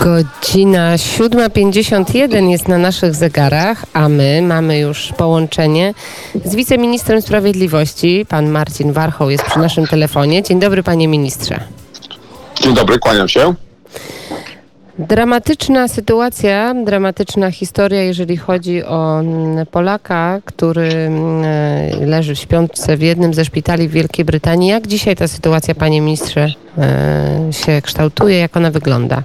Godzina 7:51 jest na naszych zegarach, a my mamy już połączenie z wiceministrem sprawiedliwości. Pan Marcin Warchoł jest przy naszym telefonie. Dzień dobry, panie ministrze. Dzień dobry, kłaniam się. Dramatyczna sytuacja, dramatyczna historia, jeżeli chodzi o Polaka, który leży w śpiączce w jednym ze szpitali w Wielkiej Brytanii. Jak dzisiaj ta sytuacja, panie ministrze, się kształtuje? Jak ona wygląda?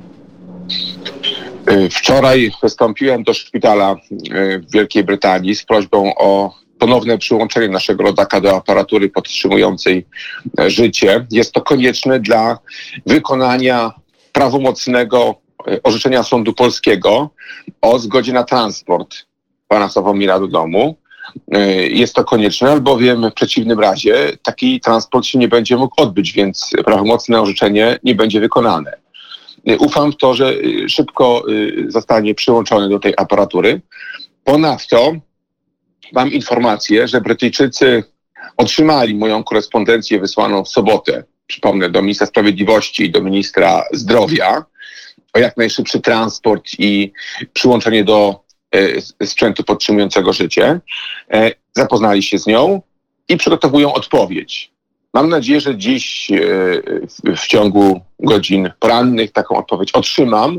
Wczoraj wystąpiłem do szpitala w Wielkiej Brytanii z prośbą o ponowne przyłączenie naszego rodaka do aparatury podtrzymującej życie. Jest to konieczne dla wykonania prawomocnego orzeczenia sądu polskiego o zgodzie na transport pana Sławomira do domu. Jest to konieczne, albowiem w przeciwnym razie taki transport się nie będzie mógł odbyć, więc prawomocne orzeczenie nie będzie wykonane. Ufam w to, że szybko zostanie przyłączony do tej aparatury. Ponadto mam informację, że Brytyjczycy otrzymali moją korespondencję wysłaną w sobotę, przypomnę, do ministra sprawiedliwości i do ministra zdrowia o jak najszybszy transport i przyłączenie do sprzętu podtrzymującego życie. Zapoznali się z nią i przygotowują odpowiedź. Mam nadzieję, że dziś w ciągu godzin porannych taką odpowiedź otrzymam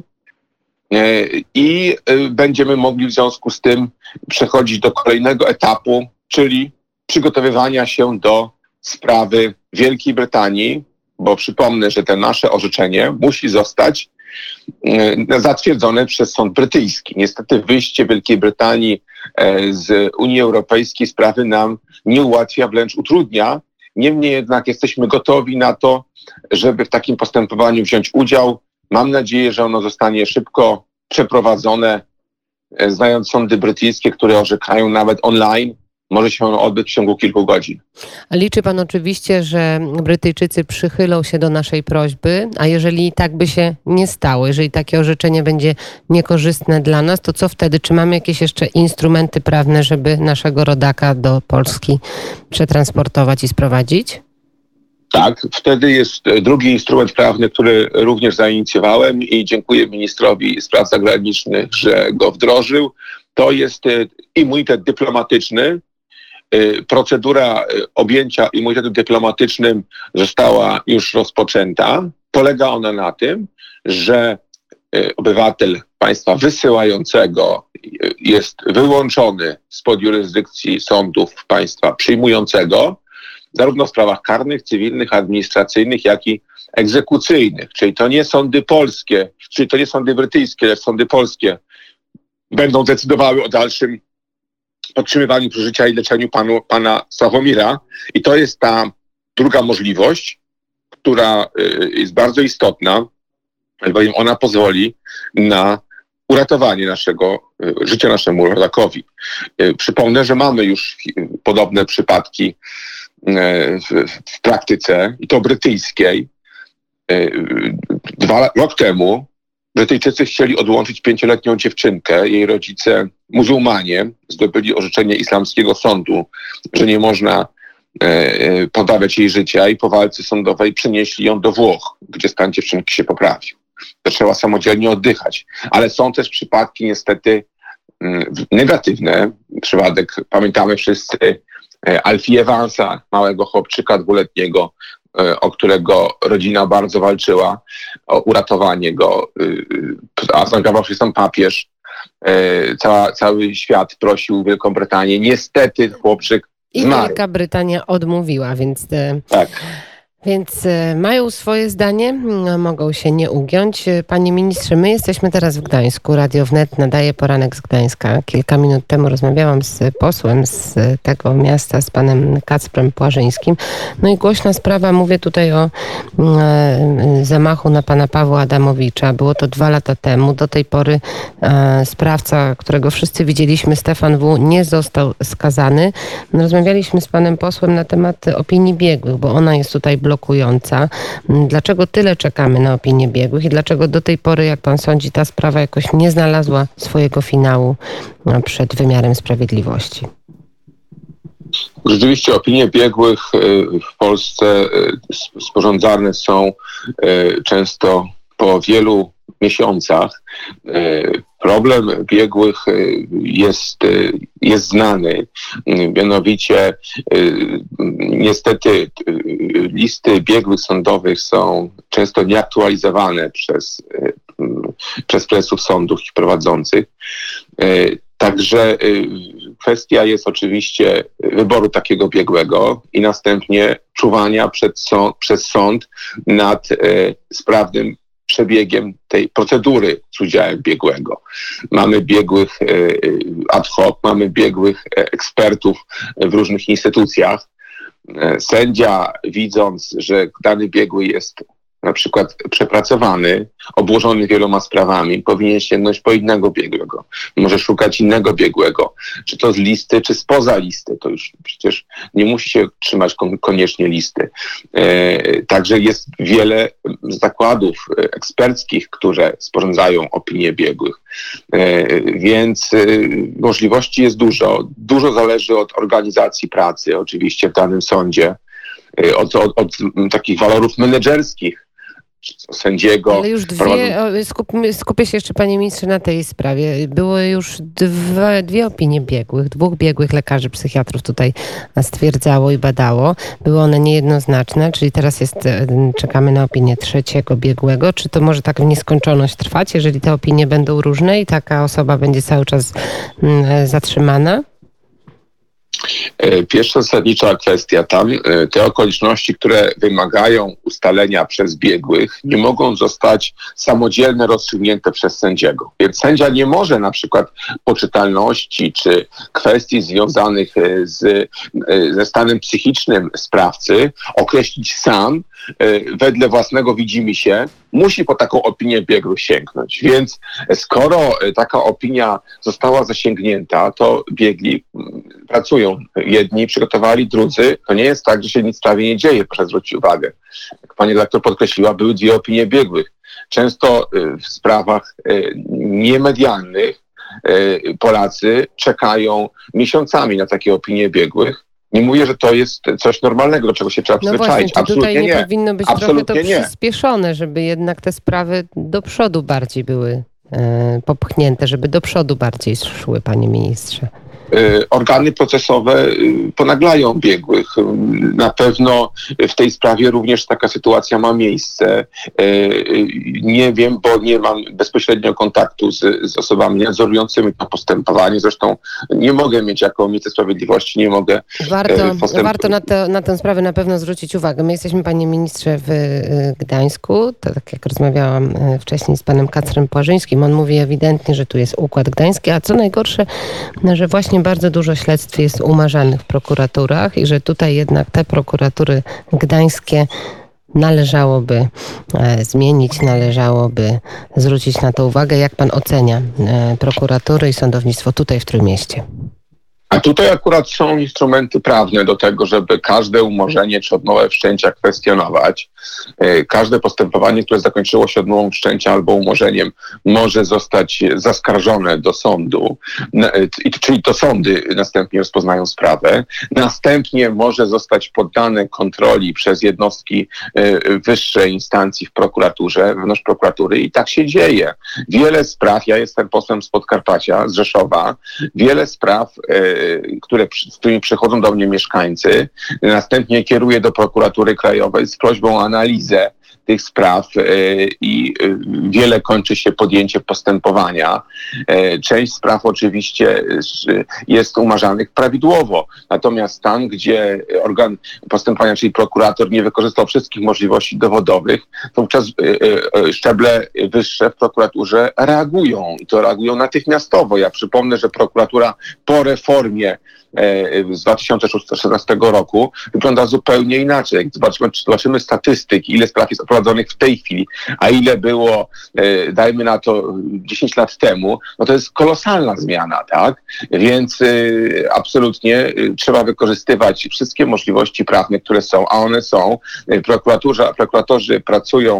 i będziemy mogli w związku z tym przechodzić do kolejnego etapu, czyli przygotowywania się do sprawy Wielkiej Brytanii, bo przypomnę, że to nasze orzeczenie musi zostać zatwierdzone przez sąd brytyjski. Niestety wyjście Wielkiej Brytanii z Unii Europejskiej sprawy nam nie ułatwia, wręcz utrudnia. Niemniej jednak jesteśmy gotowi na to, żeby w takim postępowaniu wziąć udział. Mam nadzieję, że ono zostanie szybko przeprowadzone. Znając sądy brytyjskie, które orzekają nawet online, może się ono odbyć w ciągu kilku godzin. A liczy pan oczywiście, że Brytyjczycy przychylą się do naszej prośby, a jeżeli tak by się nie stało, jeżeli takie orzeczenie będzie niekorzystne dla nas, to co wtedy? Czy mamy jakieś jeszcze instrumenty prawne, żeby naszego rodaka do Polski przetransportować i sprowadzić? Tak, wtedy jest drugi instrument prawny, który również zainicjowałem i dziękuję ministrowi spraw zagranicznych, że go wdrożył. To jest immunitet dyplomatyczny. Procedura objęcia immunitetem dyplomatycznym została już rozpoczęta. Polega ona na tym, że obywatel państwa wysyłającego jest wyłączony spod jurysdykcji sądów państwa przyjmującego, zarówno w sprawach karnych, cywilnych, administracyjnych, jak i egzekucyjnych. Czyli to nie sądy polskie, czyli to nie sądy brytyjskie, lecz sądy polskie będą decydowały o dalszym podtrzymywaniu życia i leczeniu pana Sławomira. I to jest ta druga możliwość, która jest bardzo istotna, albowiem ona pozwoli na uratowanie życia naszemu rodakowi. Przypomnę, że mamy już podobne przypadki w praktyce, i to brytyjskiej. Rok temu Brytyjczycy chcieli odłączyć 5-letnią dziewczynkę. Jej rodzice, muzułmanie, zdobyli orzeczenie islamskiego sądu, że nie można pozbawiać jej życia, i po walce sądowej przenieśli ją do Włoch, gdzie stan dziewczynki się poprawił. Zaczęła samodzielnie oddychać. Ale są też przypadki niestety negatywne. Przypadek, pamiętamy wszyscy, Alfie Evansa, małego chłopczyka 2-letniego, o którego rodzina bardzo walczyła o uratowanie go, a zaangażował się sam papież. Cały świat prosił Wielką Brytanię. Niestety chłopczyk zmarł. I Wielka Brytania odmówiła, więc... Tak. Więc mają swoje zdanie, mogą się nie ugiąć. Panie ministrze, my jesteśmy teraz w Gdańsku. Radio Wnet nadaje poranek z Gdańska. Kilka minut temu rozmawiałam z posłem z tego miasta, z panem Kacprem Płażyńskim. No i głośna sprawa, mówię tutaj o zamachu na pana Pawła Adamowicza. Było to 2 lata temu. Do tej pory sprawca, którego wszyscy widzieliśmy, Stefan W., nie został skazany. Rozmawialiśmy z panem posłem na temat opinii biegłych, bo ona jest tutaj blokująca. Dlaczego tyle czekamy na opinię biegłych i dlaczego do tej pory, jak pan sądzi, ta sprawa jakoś nie znalazła swojego finału przed wymiarem sprawiedliwości? Rzeczywiście opinie biegłych w Polsce sporządzane są często po wielu miesiącach. Problem biegłych jest znany. Mianowicie niestety listy biegłych sądowych są często nieaktualizowane przez prezesów sądów ich prowadzących. Także kwestia jest oczywiście wyboru takiego biegłego i następnie czuwania przez sąd nad sprawnym przebiegiem tej procedury z udziałem biegłego. Mamy biegłych ad hoc, mamy biegłych ekspertów w różnych instytucjach. Sędzia, widząc, że dany biegły jest na przykład przepracowany, obłożony wieloma sprawami, powinien sięgnąć po innego biegłego. Może szukać innego biegłego, czy to z listy, czy spoza listy. To już przecież nie musi się trzymać koniecznie listy. Także jest wiele zakładów eksperckich, które sporządzają opinie biegłych. Więc możliwości jest dużo. Dużo zależy od organizacji pracy, oczywiście w danym sądzie, od takich walorów menedżerskich, sędziego. Ale już skupię się jeszcze, panie ministrze, na tej sprawie. Były już dwie opinie biegłych, dwóch biegłych lekarzy, psychiatrów tutaj stwierdzało i badało. Były one niejednoznaczne, czyli teraz czekamy na opinię trzeciego biegłego. Czy to może tak w nieskończoność trwać, jeżeli te opinie będą różne i taka osoba będzie cały czas zatrzymana? Pierwsza zasadnicza kwestia, tam te okoliczności, które wymagają ustalenia przez biegłych, nie mogą zostać samodzielnie rozstrzygnięte przez sędziego. Więc sędzia nie może na przykład poczytalności czy kwestii związanych ze stanem psychicznym sprawcy określić sam, wedle własnego widzimisię, musi po taką opinię biegłych sięgnąć. Więc skoro taka opinia została zasięgnięta, to biegli pracują. Jedni przygotowali, drudzy. To nie jest tak, że się nic w sprawie nie dzieje, proszę zwrócić uwagę. Jak pani redaktor podkreśliła, były dwie opinie biegłych. Często w sprawach niemedialnych Polacy czekają miesiącami na takie opinie biegłych. Nie mówię, że to jest coś normalnego, do czego się trzeba przyzwyczaić. Właśnie, tutaj nie powinno być trochę to przyspieszone, żeby jednak te sprawy do przodu bardziej były popchnięte, żeby do przodu bardziej szły, panie ministrze. Organy procesowe ponaglają biegłych. Na pewno w tej sprawie również taka sytuacja ma miejsce. Nie wiem, bo nie mam bezpośrednio kontaktu z osobami nadzorującymi to postępowanie. Zresztą nie mogę mieć jako minister sprawiedliwości, nie mogę Warto na tę sprawę na pewno zwrócić uwagę. My jesteśmy, panie ministrze, w Gdańsku. To tak jak rozmawiałam wcześniej z panem Kacprem Płażyńskim, on mówi ewidentnie, że tu jest układ gdański, a co najgorsze, że właśnie bardzo dużo śledztw jest umarzanych w prokuraturach i że tutaj jednak te prokuratury gdańskie należałoby zmienić, należałoby zwrócić na to uwagę. Jak pan ocenia prokuratury i sądownictwo tutaj w Trójmieście? A tutaj akurat są instrumenty prawne do tego, żeby każde umorzenie czy odmowę wszczęcia kwestionować. Każde postępowanie, które zakończyło się odmową wszczęcia albo umorzeniem, może zostać zaskarżone do sądu, czyli to sądy następnie rozpoznają sprawę. Następnie może zostać poddane kontroli przez jednostki wyższej instancji w prokuraturze, wewnątrz prokuratury i tak się dzieje. Wiele spraw, ja jestem posłem z Podkarpacia, z Rzeszowa, wiele spraw, z którymi przychodzą do mnie mieszkańcy, następnie kieruję do prokuratury krajowej z prośbą o analizę tych spraw i wiele kończy się podjęciem postępowania. Część spraw oczywiście jest umarzanych prawidłowo. Natomiast tam, gdzie organ postępowania, czyli prokurator, nie wykorzystał wszystkich możliwości dowodowych, to wówczas szczeble wyższe w prokuraturze reagują. I to reagują natychmiastowo. Ja przypomnę, że prokuratura po reformie z 2016 roku wygląda zupełnie inaczej. Jak zobaczymy statystyki, ile spraw jest prowadzonych w tej chwili, a ile było, dajmy na to, 10 lat temu, no to jest kolosalna zmiana, tak? Więc absolutnie trzeba wykorzystywać wszystkie możliwości prawne, które są, a one są. Prokuratorzy pracują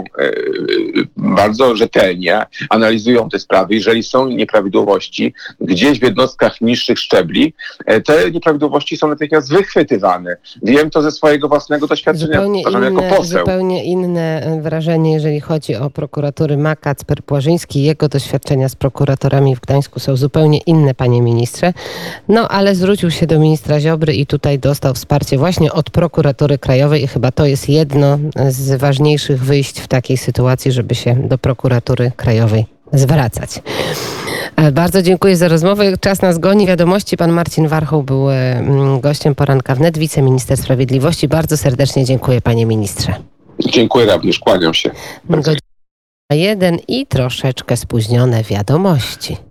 bardzo rzetelnie, analizują te sprawy. Jeżeli są nieprawidłowości gdzieś w jednostkach niższych szczebli, te nieprawidłowości są natychmiast wychwytywane. Wiem to ze swojego własnego doświadczenia. Zupełnie inne wrażenie, jeżeli chodzi o prokuratury ma Kacper Płażyński. Jego doświadczenia z prokuratorami w Gdańsku są zupełnie inne, panie ministrze. No ale zwrócił się do ministra Ziobry i tutaj dostał wsparcie właśnie od prokuratury krajowej i chyba to jest jedno z ważniejszych wyjść w takiej sytuacji, żeby się do prokuratury krajowej zwracać. Bardzo dziękuję za rozmowę. Czas nas goni. Wiadomości. Pan Marcin Warchoł był gościem Poranka Wnet, wiceminister sprawiedliwości. Bardzo serdecznie dziękuję, panie ministrze. Dziękuję również, kłaniam się. Godzina 1 i troszeczkę spóźnione wiadomości.